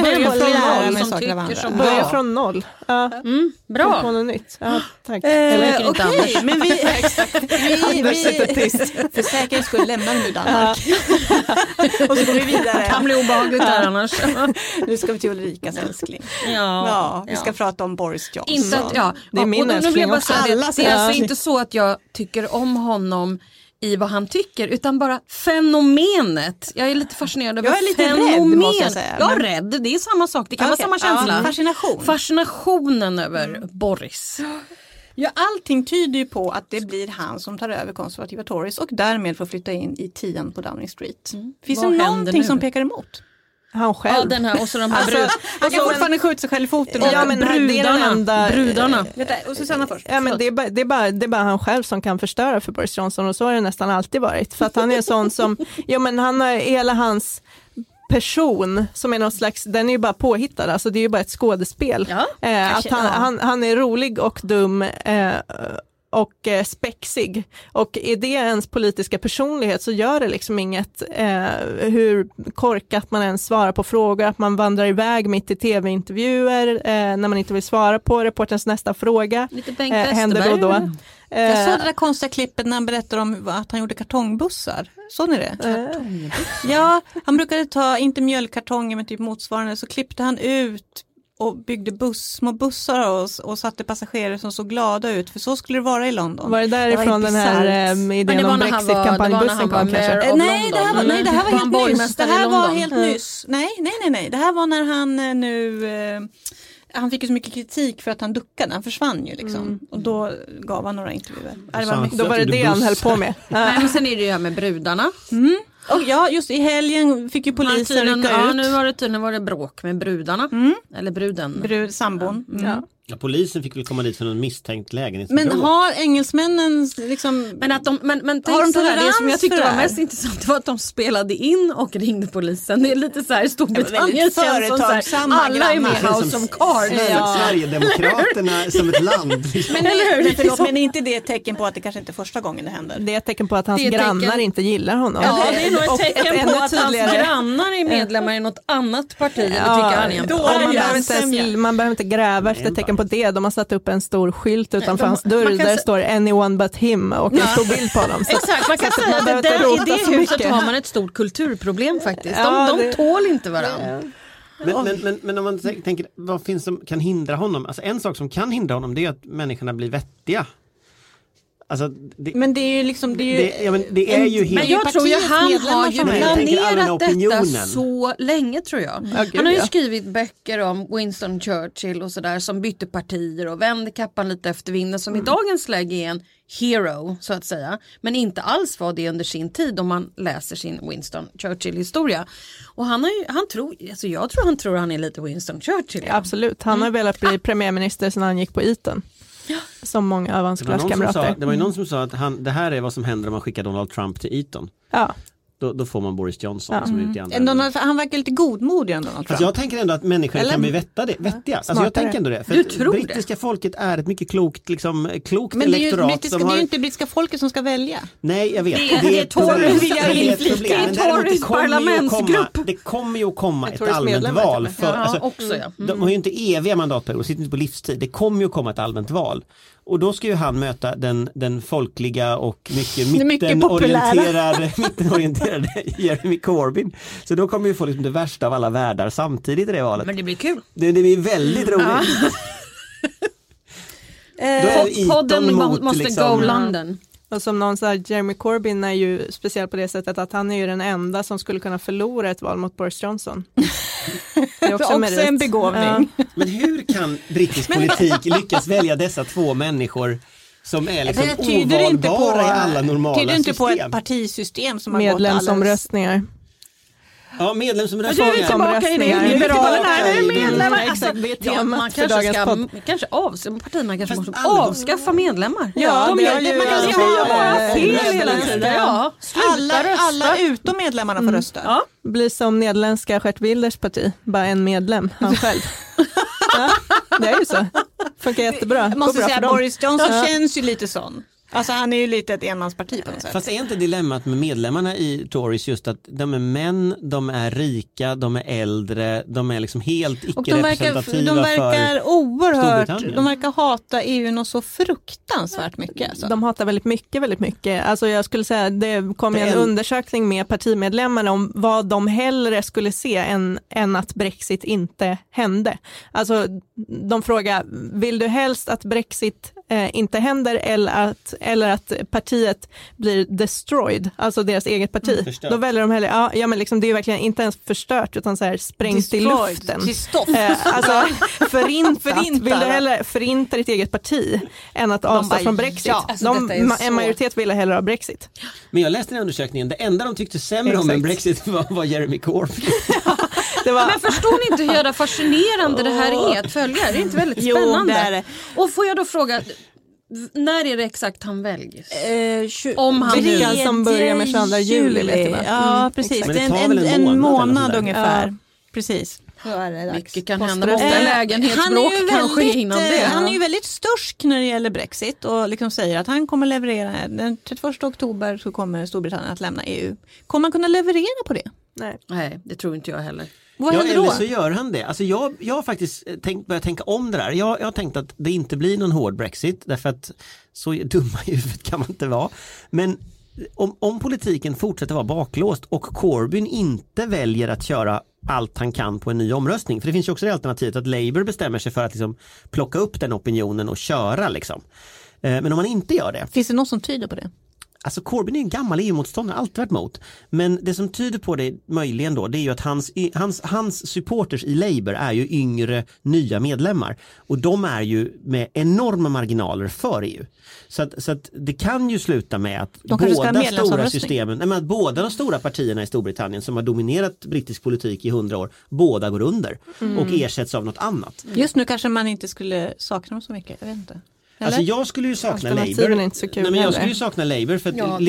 [SPEAKER 6] börja från noll. Ja.
[SPEAKER 4] Bra.
[SPEAKER 6] På något nytt. Ja, tack.
[SPEAKER 3] Okej, men vi för säkerhets skull lämnar nu Danmark. Och så går vi vidare.
[SPEAKER 4] Kan bli obehagligt där annars.
[SPEAKER 3] Nu ska vi till Ulrikas älskling. Vi ska prata om Boris Johnson.
[SPEAKER 4] Inte att,
[SPEAKER 6] det är min älskling också.
[SPEAKER 4] Det är alltså inte så att jag tycker om honom i vad han tycker, utan bara fenomenet. Jag är lite fascinerad över
[SPEAKER 3] rädd, måste jag säga.
[SPEAKER 4] Jag är rädd, det är samma sak. Det kan vara samma känsla. Fascinationen över Boris.
[SPEAKER 3] Ja, allting tyder ju på att det blir han som tar över konservativa Tories och därmed får flytta in i 10 på Downing Street. Finns det någonting som pekar emot?
[SPEAKER 6] Han själv.
[SPEAKER 4] Ja, den här, och så de här
[SPEAKER 3] han kan fortfarande skjuta sig själv i foten.
[SPEAKER 6] Ja, men brudarna.
[SPEAKER 3] Och Susanna först.
[SPEAKER 6] Ja, men det är bara han själv som kan förstöra för Boris Johnson, och så har det nästan alltid varit. För att han är sån som, han har hela hans person som är någon slags, den är ju bara påhittad, alltså det är ju bara ett skådespel. Att han är rolig och dum och spexig. Och är det ens politiska personlighet så gör det liksom inget hur korkat man ens svarar på frågor, att man vandrar iväg mitt i tv-intervjuer när man inte vill svara på reporterns nästa fråga.
[SPEAKER 4] Lite Bengt
[SPEAKER 6] händer då och då.
[SPEAKER 3] Jag såg det där konstiga klippet när han berättade om att han gjorde kartongbussar. Såg ni det? Ja, han brukade ta, inte mjölkkartonger men typ motsvarande, så klippte han ut och byggde små bussar och satte passagerare som såg glada ut, för så skulle det vara i London.
[SPEAKER 6] Var det därifrån den här idén om Brexit-kampanjbussen kom kanske?
[SPEAKER 3] Nej, det här var helt nyss. Det här var helt nyss. Nej. Det här var när han han fick ju så mycket kritik för att han duckade. Han försvann ju liksom. Och då gav han några intervjuer.
[SPEAKER 6] Då var det han höll på med.
[SPEAKER 4] Nej, men sen är det ju här med brudarna.
[SPEAKER 3] Och ja, just i helgen fick ju polisen rycka ut.
[SPEAKER 4] Ja, nu var det bråk med brudarna. Eller bruden.
[SPEAKER 3] Sambon.
[SPEAKER 5] Ja, polisen fick väl komma dit för någon misstänkt lägenhetsbråk.
[SPEAKER 3] Men har engelsmännen liksom...
[SPEAKER 4] Men tänk
[SPEAKER 3] har de
[SPEAKER 4] så här, det som jag tyckte var
[SPEAKER 3] det
[SPEAKER 4] mest intressant var att de spelade in och ringde polisen. Det är lite så här Storbritannien känns som så här, alla är med House of Cards.
[SPEAKER 5] Sverigedemokraterna som ett land.
[SPEAKER 3] Men är inte det ett tecken på att det kanske inte är första gången det händer?
[SPEAKER 6] Det är ett tecken på att hans grannar inte gillar honom.
[SPEAKER 4] Ja, det är nog ett tecken på att hans grannar är medlemmar i något annat parti. Eller tycker han
[SPEAKER 6] man behöver inte gräva efter tecken på det. De har satt upp en stor skylt utanför hans dörr där står anyone but him och en stor bild på honom.
[SPEAKER 4] Exakt, man kan säga att i det huset har man ett stort kulturproblem faktiskt. De tål inte varandra.
[SPEAKER 5] Men om man tänker, vad finns som kan hindra honom? Alltså en sak som kan hindra honom, det är att människorna blir vettiga. Alltså,
[SPEAKER 3] men det är ju liksom
[SPEAKER 5] det är ju helt...
[SPEAKER 4] Men jag tror ju han har ju planerat detta så länge, tror jag. Han har ju skrivit böcker om Winston Churchill och sådär, som bytte partier och vände kappan lite efter vinden, som i dagens läge är en hero så att säga, men inte alls var det under sin tid om man läser sin Winston Churchill-historia. Och jag tror han tror han är lite Winston Churchill. Ja.
[SPEAKER 6] Absolut, han har velat bli premiärminister sedan han gick på Eton. Som många av hans klasskamrater.
[SPEAKER 5] Det var ju någon som sa att det här är vad som händer om man skickar Donald Trump till Eton.
[SPEAKER 6] Ja.
[SPEAKER 5] Då får man Boris Johnson som är ute i andra.
[SPEAKER 3] Han verkar lite godmodig ändå.
[SPEAKER 5] Alltså jag tänker ändå att människor kan bli vettiga. Alltså jag tänker ändå det. För brittiska folket är ett mycket klokt elektorat.
[SPEAKER 3] Men det är ju inte brittiska folket som ska välja.
[SPEAKER 5] Nej, jag vet.
[SPEAKER 4] Det är Tories parlamentsgrupp.
[SPEAKER 5] Det kommer ju att komma ett allmänt val. De har ju inte eviga mandatperioder, sitter inte på livstid. Det kommer ju att komma ett allmänt val. Och då ska ju han möta den folkliga och mittenorienterade Jeremy Corbyn. Så då kommer ju få liksom det värsta av alla världar samtidigt i det valet.
[SPEAKER 4] Men det blir kul.
[SPEAKER 5] Det blir väldigt roligt.
[SPEAKER 4] Podden måste go London.
[SPEAKER 6] Och som någon sa, Jeremy Corbyn är ju speciell på det sättet att han är ju den enda som skulle kunna förlora ett val mot Boris Johnson. Det är också
[SPEAKER 3] en begåvning.
[SPEAKER 5] Ja. Men hur kan brittisk politik lyckas välja dessa två människor som är liksom ovalbara i alla normala system?
[SPEAKER 3] Tyder inte på ett partisystem som har
[SPEAKER 6] medlemsomröstningar.
[SPEAKER 5] Ja, medlemsomröstningar.
[SPEAKER 6] Liberalerna är medlemmar. Exakt, det är temat
[SPEAKER 4] man
[SPEAKER 6] för dagens podd.
[SPEAKER 4] Partierna kanske måste avskaffa medlemmar.
[SPEAKER 6] Ja,
[SPEAKER 4] man kan göra fel hela tiden.
[SPEAKER 3] Alla utom medlemmarna får rösta.
[SPEAKER 6] Ja. Blir som nederländska Geert Wilders parti. Bara en medlem, han själv. Ja, det är ju så. Funkar jättebra.
[SPEAKER 3] Jag måste säga, Boris Johnson känns ju lite sån. Alltså han är ju lite ett enmansparti på något sätt.
[SPEAKER 5] Fast är inte dilemmat med medlemmarna i Tories just att de är män, de är rika, de är äldre, de är liksom helt icke-representativa
[SPEAKER 3] de verkar oerhört, de verkar hata EU något så fruktansvärt mycket. Alltså.
[SPEAKER 6] De hatar väldigt mycket. Alltså jag skulle säga, det kom en undersökning med partimedlemmarna om vad de hellre skulle se än att Brexit inte hände. Alltså de frågar, vill du helst att Brexit inte händer eller att partiet blir destroyed, alltså deras eget parti.
[SPEAKER 5] Förstört.
[SPEAKER 6] Då väljer de hellre, ja men liksom det är verkligen inte ens förstört utan så här sprängt i luften. Alltså vill du hellre förinta ditt eget parti än att avstå från Brexit?
[SPEAKER 3] Ja,
[SPEAKER 6] alltså en majoritet ville hellre ha Brexit.
[SPEAKER 5] Men jag läste den undersökningen, det enda de tyckte sämre om en Brexit var Jeremy Corbyn.
[SPEAKER 4] Men förstår ni inte hur jävla fascinerande det här är att följa? Det är inte väldigt spännande. Jo, det är det. Och får jag då fråga, när är det exakt han väljs?
[SPEAKER 6] Om han nu som börjar med 22 juli vet du va?
[SPEAKER 3] Ja, precis. Det är en månad ungefär. Ja. Precis. Så är det dags.
[SPEAKER 4] Mycket kan hända. Många lägenhetsbråk kan ske innan det.
[SPEAKER 3] Han är ju väldigt störsk när det gäller Brexit och liksom säger att han kommer leverera. Den 31 oktober så kommer Storbritannien att lämna EU. Kommer man kunna leverera på det?
[SPEAKER 4] Nej, det tror inte jag heller.
[SPEAKER 3] Vad händer då?
[SPEAKER 5] Eller så gör han det. Alltså jag har faktiskt börjat tänka om det där. Jag har tänkt att det inte blir någon hård Brexit därför att så dumma i huvudet kan man inte vara. Men om politiken fortsätter vara baklåst och Corbyn inte väljer att köra allt han kan på en ny omröstning. För det finns ju också det alternativet att Labour bestämmer sig för att liksom plocka upp den opinionen och köra liksom. Men om man inte gör det.
[SPEAKER 3] Finns det något som tyder på det?
[SPEAKER 5] Alltså Corbyn är en gammal EU-motståndare, alltid varit mot. Men det som tyder på det möjligen då, det är ju att hans supporters i Labour är ju yngre, nya medlemmar. Och de är ju med enorma marginaler för EU. Så att det kan ju sluta med att båda de stora partierna i Storbritannien som har dominerat brittisk politik i 100 år, båda går under och ersätts av något annat.
[SPEAKER 3] Just nu kanske man inte skulle sakna dem så mycket, jag vet inte. Eller?
[SPEAKER 5] Alltså jag skulle ju sakna Labour.
[SPEAKER 6] Är inte så kul.
[SPEAKER 5] Nej, men jag skulle ju sakna Labour för att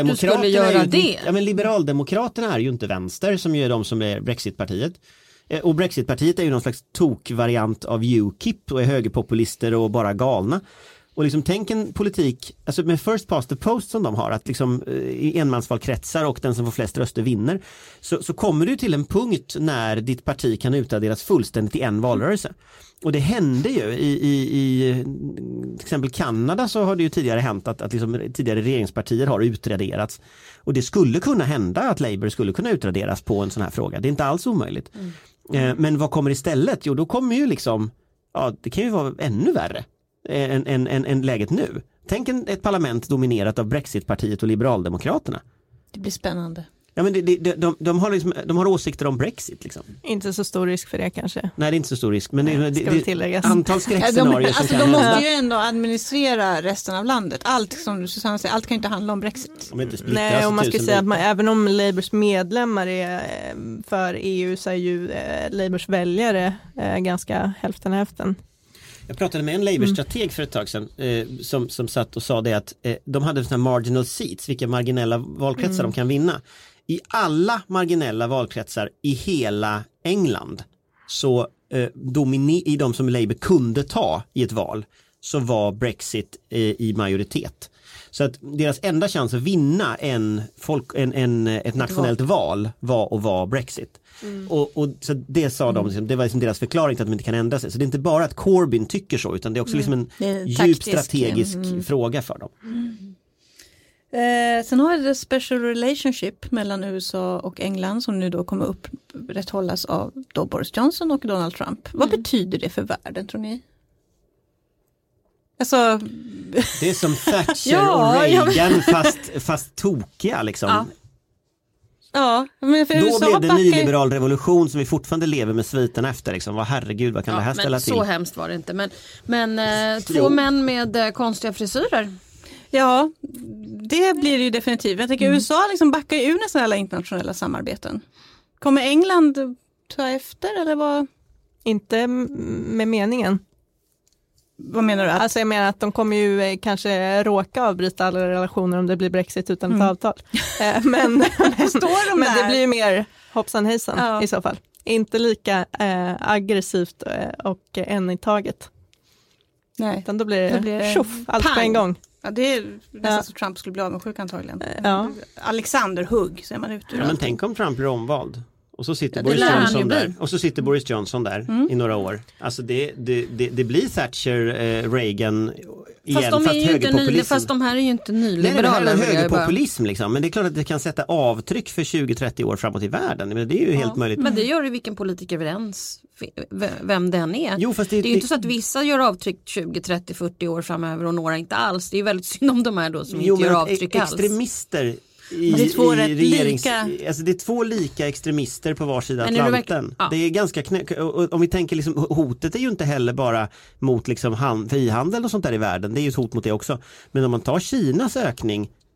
[SPEAKER 5] Liberaldemokraterna är ju inte vänster som ju är de som är Brexitpartiet. Och Brexitpartiet är ju någon slags tokvariant av UKIP och är högerpopulister och bara galna. Och liksom tänk en politik, alltså med first past the post som de har, att liksom i enmansvalkretsar och den som får flest röster vinner, så kommer du till en punkt när ditt parti kan utraderas fullständigt i en valrörelse. Och det hände ju i till exempel Kanada, så har det ju tidigare hänt att liksom tidigare regeringspartier har utraderats. Och det skulle kunna hända att Labour skulle kunna utraderas på en sån här fråga. Det är inte alls omöjligt. Men vad kommer istället? Jo, då kommer ju liksom, det kan ju vara ännu värre än läget nu. Tänk ett parlament dominerat av Brexitpartiet och Liberaldemokraterna.
[SPEAKER 3] Det blir spännande.
[SPEAKER 5] Ja, men de har åsikter om Brexit liksom.
[SPEAKER 6] Inte så stor risk för det kanske.
[SPEAKER 5] Nej, det är inte så stor risk. Men det
[SPEAKER 6] antal
[SPEAKER 5] skräckscenarier som kan
[SPEAKER 3] de
[SPEAKER 5] hända.
[SPEAKER 3] måste ju ändå administrera resten av landet. Allt som Susanne säger, allt kan ju inte handla om Brexit.
[SPEAKER 6] Nej, och man ska säga att även om Labours medlemmar är för EU, så är ju Labours väljare ganska hälften.
[SPEAKER 5] Jag pratade med en Labour-strateg för ett tag sedan som satt och sa det att de hade såna marginal seats, vilka marginella valkretsar de kan vinna. I alla marginella valkretsar i hela England, så i de som Labour kunde ta i ett val, så var Brexit i majoritet. Så att deras enda chans att vinna ett nationellt val var Brexit. Och så det sa de, det var liksom deras förklaring till att de inte kan ändra sig. Så det är inte bara att Corbyn tycker så, utan det är också liksom en djup strategisk fråga för dem.
[SPEAKER 3] Sen har vi det special relationship mellan USA och England som nu då kommer upprätthållas av då Boris Johnson och Donald Trump. Vad betyder det för världen, tror ni? Alltså...
[SPEAKER 5] Det är som Thatcher och Reagan fast tokiga liksom.
[SPEAKER 3] Ja, men för
[SPEAKER 5] då
[SPEAKER 3] USA
[SPEAKER 5] blev det en nyliberal revolution som vi fortfarande lever med sviterna efter. Liksom. Herregud, vad kan det här ställa till?
[SPEAKER 4] Så hemskt var det inte. Men två män med konstiga frisyrer.
[SPEAKER 3] Ja, det blir det ju definitivt. Jag tycker USA liksom backar ur nästan alla internationella samarbeten. Kommer England ta efter eller vad?
[SPEAKER 6] Inte med meningen.
[SPEAKER 3] Vad menar du?
[SPEAKER 6] Alltså jag menar att de kommer ju kanske råka avbryta alla relationer om det blir Brexit utan ett avtal. Men det blir ju mer hoppsan hejsan i så fall. Inte lika aggressivt och en i taget. Nej. Utan då blir det tjoff, allt på en gång.
[SPEAKER 3] Ja, det är nästan så Trump skulle bli avundsjuk antagligen. Alexander hugg, så är man ute ur
[SPEAKER 5] men tänk om Trump blir omvald. Och så sitter Boris Johnson där. Och så sitter Boris Johnson där i några år. Alltså det blir Thatcher, Reagan igen,
[SPEAKER 4] fast de här är ju inte nyliberaler.
[SPEAKER 5] Det är högerpopulism liksom. Men det är klart att det kan sätta avtryck för 20-30 år framåt i världen. Men det är ju helt möjligt.
[SPEAKER 4] Men det gör ju vilken politiker vi ens vem den är.
[SPEAKER 5] Jo, fast
[SPEAKER 4] det är ju inte så att vissa gör avtryck 20, 30, 40 år framöver och några inte alls. Det är ju väldigt synd om de här då som inte gör avtryck alls.
[SPEAKER 5] Extremister
[SPEAKER 3] det
[SPEAKER 5] är två lika extremister på var sida Atlanten. Det är ganska om vi tänker liksom, hotet är ju inte heller bara mot liksom frihandel och sånt där i världen. Det är ju ett hot mot det också. Men om man tar Kinas ökning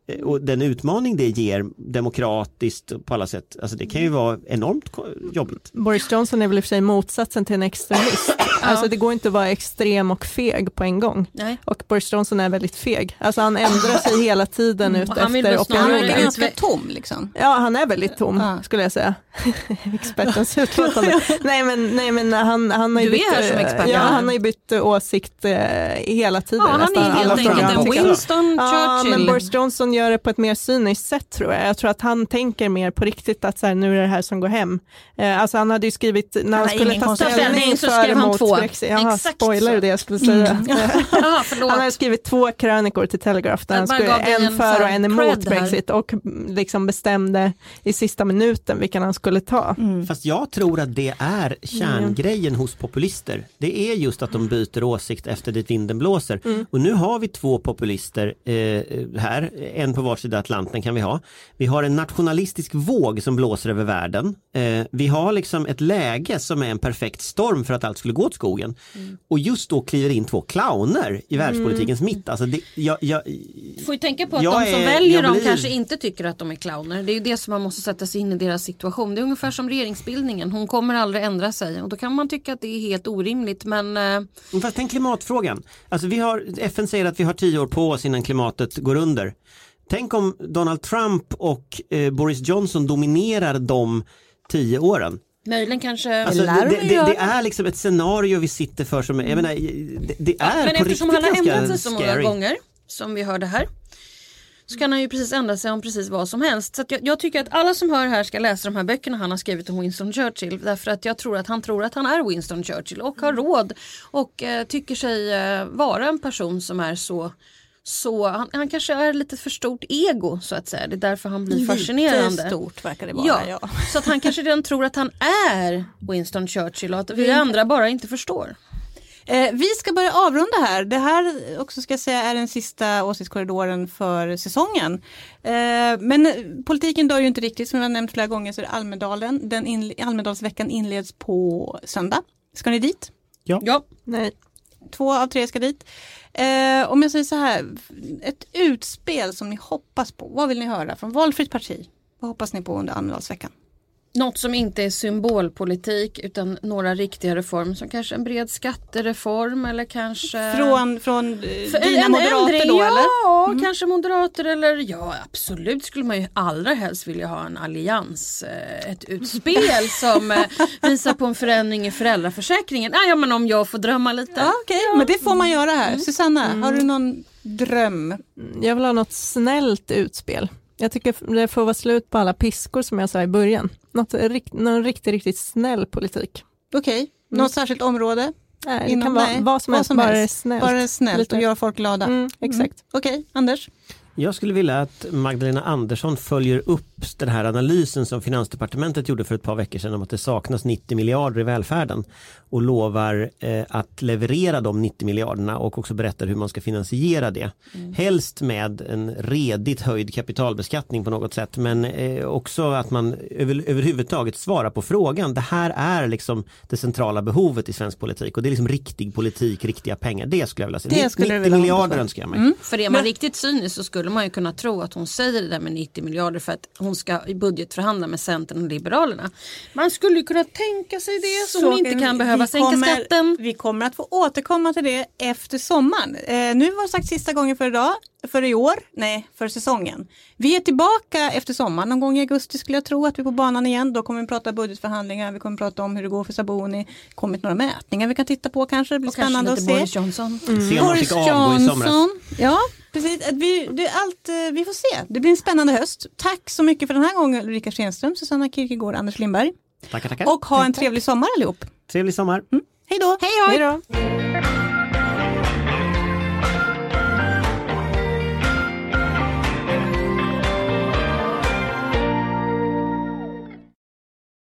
[SPEAKER 5] och den utmaning det ger demokratiskt på alla sätt, alltså det kan ju vara enormt jobbigt.
[SPEAKER 6] Boris Johnson är väl i och för sig motsatsen till en extremist. Alltså det går inte att vara extrem och feg på en gång.
[SPEAKER 4] Nej.
[SPEAKER 6] Och Boris Johnson är väldigt feg. Alltså han ändrar sig hela tiden ut efter opinionen.
[SPEAKER 3] Han är ganska tom liksom.
[SPEAKER 6] Ja, han är väldigt tom skulle jag säga. Expertens utlåtande. nej men han har ju bytt, han har ju bytt åsikt hela tiden.
[SPEAKER 4] Ja, han är helt enkelt en Winston Churchill.
[SPEAKER 6] Men Boris Johnson gör det på ett mer cyniskt sätt tror jag. Jag tror att han tänker mer på riktigt att så här, nu är det här som går hem. Alltså han hade ju skrivit när han skulle ta ställning för emot Brexit. Jaha, spoiler det jag skulle säga. Han hade skrivit 2 krönikor till Telegraph där han skulle en för och en emot Brexit och liksom bestämde i sista minuten vilken han skulle ta.
[SPEAKER 5] Fast jag tror att det är kärngrejen hos populister. Det är just att de byter åsikt efter dit vinden blåser. Och nu har vi 2 populister här, en på var sida Atlanten kan vi ha. Vi har en nationalistisk våg som blåser över världen. Vi har liksom ett läge som är en perfekt storm för att allt skulle gå åt skogen. Och just då kliver in 2 clowner i världspolitikens mitt. Alltså det,
[SPEAKER 4] får ju tänka på att de som väljer dem kanske inte tycker att de är clowner. Det är ju det som man måste sätta sig in i deras situation. Det är ungefär som regeringsbildningen. Hon kommer aldrig ändra sig. Och då kan man tycka att det är helt orimligt. Men
[SPEAKER 5] fast tänk klimatfrågan. Alltså FN säger att vi har 10 år på oss innan klimatet går under. Tänk om Donald Trump och Boris Johnson dominerar de 10 åren.
[SPEAKER 4] Möjligen kanske...
[SPEAKER 5] Alltså, det är liksom ett scenario vi sitter för som... Jag menar, det är
[SPEAKER 4] men
[SPEAKER 5] på
[SPEAKER 4] eftersom
[SPEAKER 5] riktigt
[SPEAKER 4] han har
[SPEAKER 5] ganska
[SPEAKER 4] ändrat sig så många
[SPEAKER 5] scary.
[SPEAKER 4] gånger, som vi hörde här, så kan han ju precis ändra sig om precis vad som helst. Så att jag tycker att alla som hör här ska läsa de här böckerna han har skrivit om Winston Churchill. Därför att jag tror att han är Winston Churchill och har råd och tycker sig vara en person som är så han kanske är lite för stort ego så att säga. Det är därför han blir fascinerande.
[SPEAKER 3] Lite stort verkar det vara. Ja.
[SPEAKER 4] Så att han kanske redan tror att han är Winston Churchill och att vi andra bara inte förstår.
[SPEAKER 3] Vi ska börja avrunda här. Det här också ska jag säga är den sista åsiktskorridoren för säsongen. Men politiken dör ju inte riktigt, som jag har nämnt flera gånger, så är det Almedalen. Almedalsveckan inleds på söndag. Ska ni dit?
[SPEAKER 4] Ja.
[SPEAKER 6] Nej.
[SPEAKER 3] 2 av 3 ska dit. Om jag säger så här, ett utspel som ni hoppas på. Vad vill ni höra från valfritt parti? Vad hoppas ni på under Almedalsveckan?
[SPEAKER 4] Något som inte är symbolpolitik utan några riktiga reformer som kanske en bred skattereform eller kanske...
[SPEAKER 3] Från dina moderater
[SPEAKER 4] ändring,
[SPEAKER 3] då
[SPEAKER 4] eller?
[SPEAKER 3] eller?
[SPEAKER 4] Ja, kanske moderater eller absolut skulle man ju allra helst vilja ha en allians, ett utspel som visar på en förändring i föräldraförsäkringen. Ja, men om jag får drömma lite.
[SPEAKER 3] Ja, okej. Men det får man göra här. Susanna, har du någon dröm?
[SPEAKER 6] Jag vill ha något snällt utspel. Jag tycker det får vara slut på alla piskor som jag sa i början. Någon riktigt snäll politik.
[SPEAKER 3] Okej. Något särskilt område?
[SPEAKER 6] Nej, det kan vara vad som helst. Bara snällt.
[SPEAKER 3] Bara snällt och göra folk glada.
[SPEAKER 6] Exakt.
[SPEAKER 3] Okej, Anders?
[SPEAKER 5] Jag skulle vilja att Magdalena Andersson följer upp den här analysen som Finansdepartementet gjorde för ett par veckor sedan om att det saknas 90 miljarder i välfärden och lovar att leverera de 90 miljarderna och också berättar hur man ska finansiera det. Helst med en redigt höjd kapitalbeskattning på något sätt, men också att man överhuvudtaget svarar på frågan. Det här är liksom det centrala behovet i svensk politik och det är liksom riktig politik, riktiga pengar. Det skulle jag vilja se. 90 miljarder önskar jag mig.
[SPEAKER 4] För är man riktigt cynisk så skulle man ju kunna tro att hon säger det där med 90 miljarder för att hon ska i budgetförhandla med Centern och Liberalerna. Man skulle ju kunna tänka sig det så hon inte kan behöva sänka skatten.
[SPEAKER 3] Vi kommer att få återkomma till det efter sommaren. Nu var det sagt sista gången för säsongen. Vi är tillbaka efter sommaren. Någon gång i augusti skulle jag tro att vi är på banan igen. Då kommer vi prata budgetförhandlingar. Vi kommer prata om hur det går för Sabuni. Kommit några mätningar vi kan titta på kanske. Det blir spännande att se.
[SPEAKER 4] Boris Johnson.
[SPEAKER 3] Boris Johnson. Ja, precis. Vi får se. Det blir en spännande höst. Tack så mycket för den här gången Ulrika Schenström, Susanna Kierkegaard, Anders Lindberg.
[SPEAKER 5] Tackar.
[SPEAKER 3] Och ha en trevlig sommar allihop.
[SPEAKER 5] Trevlig sommar.
[SPEAKER 3] Hej då.
[SPEAKER 6] Hej då.